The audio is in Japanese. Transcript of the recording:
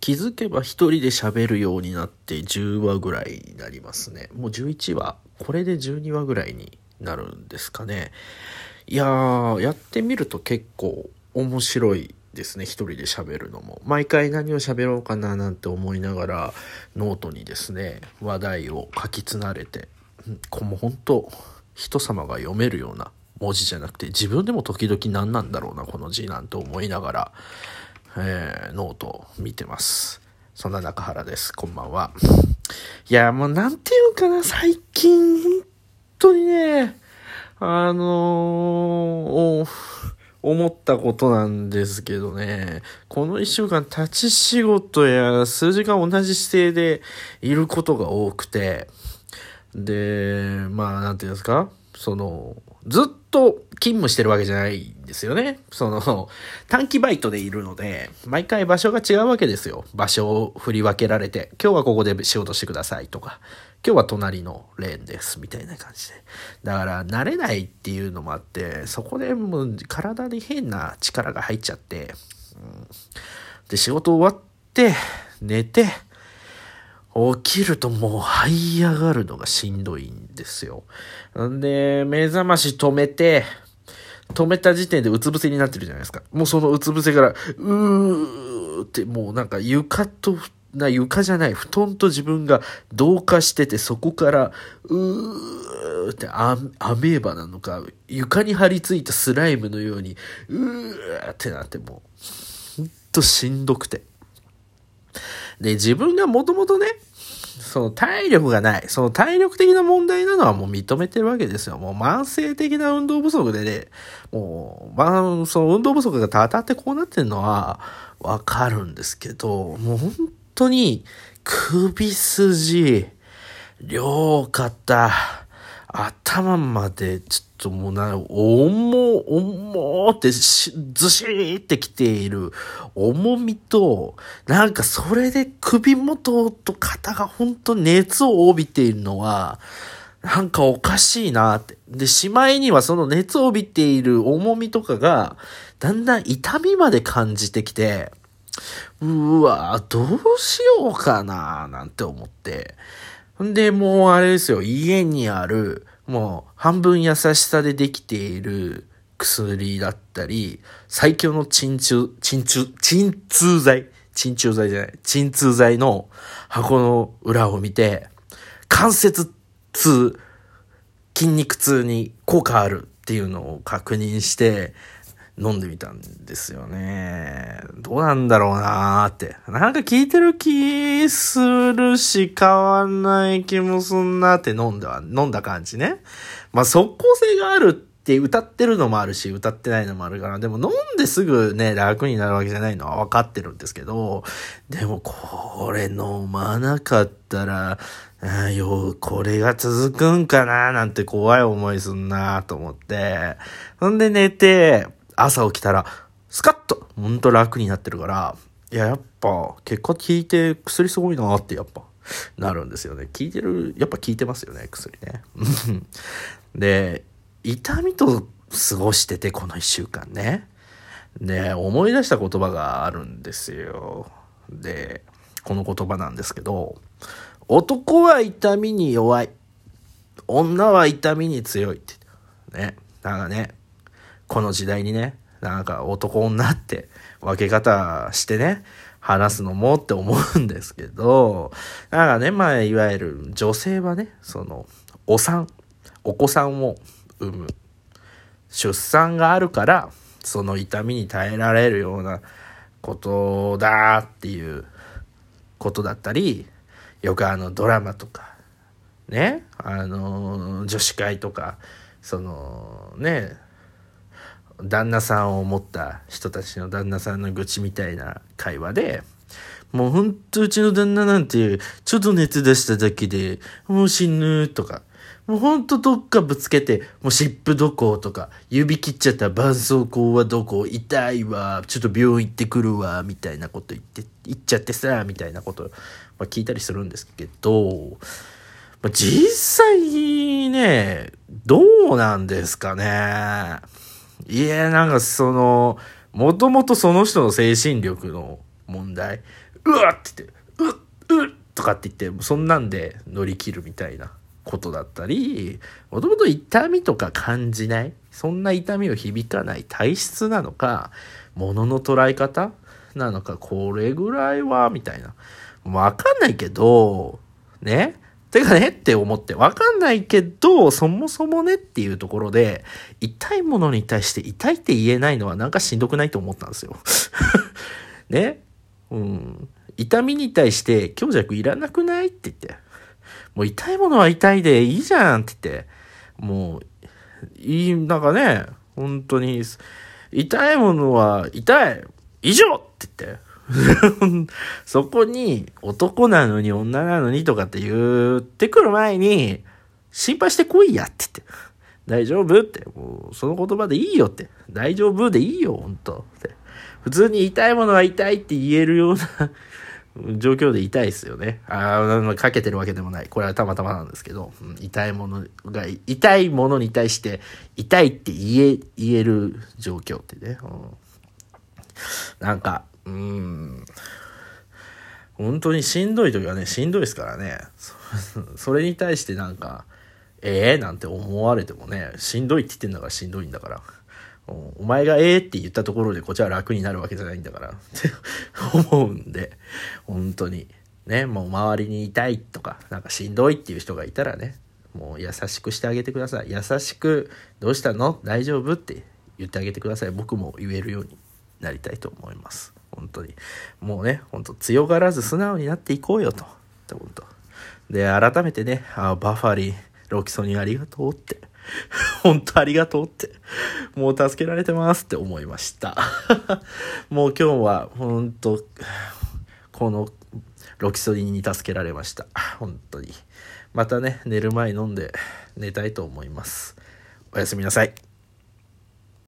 気づけば一人で喋るようになって10話ぐらいになりますね。もう11話。これで12話ぐらいになるんですかね。いやー、やってみると結構面白いですね。一人で喋るのも。毎回何を喋ろうかななんて思いながら、ノートにですね、話題を書き連ねて、もう本当、人様が読めるような文字じゃなくて、自分でも時々何なんだろうな、この字なんて思いながら、ノートを見てます。そんな中原です。こんばんは。いや、もうなんていうかな、最近、本当にね、思ったことなんですけどね、この一週間立ち仕事や数時間同じ姿勢でいることが多くて、で、まあ、なんていうんですか、ずっと勤務してるわけじゃないんですよね。短期バイトでいるので、毎回場所が違うわけですよ。場所を振り分けられて、今日はここで仕事してくださいとか、今日は隣のレーンです、みたいな感じで。だから、慣れないっていうのもあって、そこでもう体に変な力が入っちゃって、で、仕事終わって、寝て、起きるともう這い上がるのがしんどいんですよ。んで、目覚まし止めた時点でうつ伏せになってるじゃないですか。もうそのうつ伏せから、ってもうなんか床じゃない、布団と自分が同化してて、そこから、ってアメーバなのか、床に張り付いたスライムのように、ってなってもう、ほんとしんどくて。で、自分がもともとね、体力がない、体力的な問題なのはもう認めてるわけですよ。もう慢性的な運動不足でね、もう、その運動不足がたたってこうなってるのはわかるんですけど、もう本当に首筋、両肩、頭までちょっともう重ってずしーってきている重みと、なんかそれで首元と肩が本当熱を帯びているのは、なんかおかしいなって。で、しまいにはその熱を帯びている重みとかが、だんだん痛みまで感じてきて、うわどうしようかななんて思って。んで、もうあれですよ、家にある、もう半分優しさでできている薬だったり、最強の鎮痛剤の箱の裏を見て、関節痛、筋肉痛に効果あるっていうのを確認して、飲んでみたんですよね。どうなんだろうなーって。なんか効いてる気するし、変わんない気もすんなって飲んだ感じね。まあ、即効性があるって歌ってるのもあるし、歌ってないのもあるから、でも飲んですぐね、楽になるわけじゃないのは分かってるんですけど、でもこれ飲まなかったら、これが続くんかななんて怖い思いすんなと思って。ほんで寝て、朝起きたら、スカッと、ほんと楽になってるから、やっぱ、結果効いて薬すごいなってやっぱ、なるんですよね。やっぱ効いてますよね、薬ね。で、痛みと過ごしてて、この一週間ね。で、思い出した言葉があるんですよ。で、この言葉なんですけど、男は痛みに弱い。女は痛みに強いって。ね。なんかね、この時代にね、なんか男女って分け方してね、話すのもって思うんですけど、なんかね、まあ、いわゆる女性はね、お子さんを産む。出産があるから、その痛みに耐えられるようなことだっていうことだったり、よくドラマとか、ね、女子会とか、旦那さんを持った人たちの旦那さんの愚痴みたいな会話で、もうほんとうちの旦那なんて、ちょっと熱出しただけで、もう死ぬとか、もうほんとどっかぶつけて、もう湿布どことか、指切っちゃった絆創膏はどこ、痛いわ、ちょっと病院行ってくるわ、みたいなこと言っちゃってさ、みたいなこと、聞いたりするんですけど、実際ね、どうなんですかね。いや、なんかもともとその人の精神力の問題。うわって言って、うっとかって言って、そんなんで乗り切るみたいなことだったり、もともと痛みとか感じない、そんな痛みを響かない体質なのか、物の捉え方なのか、これぐらいはみたいな、わかんないけどね、てかねって思って、わかんないけどそもそもねっていうところで、痛いものに対して痛いって言えないのはなんかしんどくないと思ったんですよね。痛みに対して強弱いらなくないって言って、もう痛いものは痛いでいいじゃんって言って、もうなんかね、本当に痛いものは痛い以上って言ってそこに男なのに女なのにとかって言ってくる前に、心配してこいやって言って、大丈夫って、もうその言葉でいいよって、大丈夫でいいよ本当って、普通に痛いものは痛いって言えるような状況で痛いですよね。かけてるわけでもない。これはたまたまなんですけど、痛いものに対して痛いって言える状況ってね。なんか、本当にしんどい時はね、しんどいですからね。それに対してなんか、なんて思われてもね、しんどいって言ってんだからしんどいんだから。お前がって言ったところでこっちは楽になるわけじゃないんだからって思うんで、本当にね、もう周りに痛いとかなんかしんどいっていう人がいたらね、もう優しくしてあげてください。優しく、どうしたの？大丈夫？って言ってあげてください。僕も言えるようになりたいと思います。本当にもうね、本当強がらず素直になっていこうよと。本当で、改めてね、バファリン、ロキソニンありがとうって本当ありがとうって、もう助けられてますって思いましたもう今日は本当このロキソニンに助けられました。本当にまたね、寝る前飲んで寝たいと思います。おやすみなさい。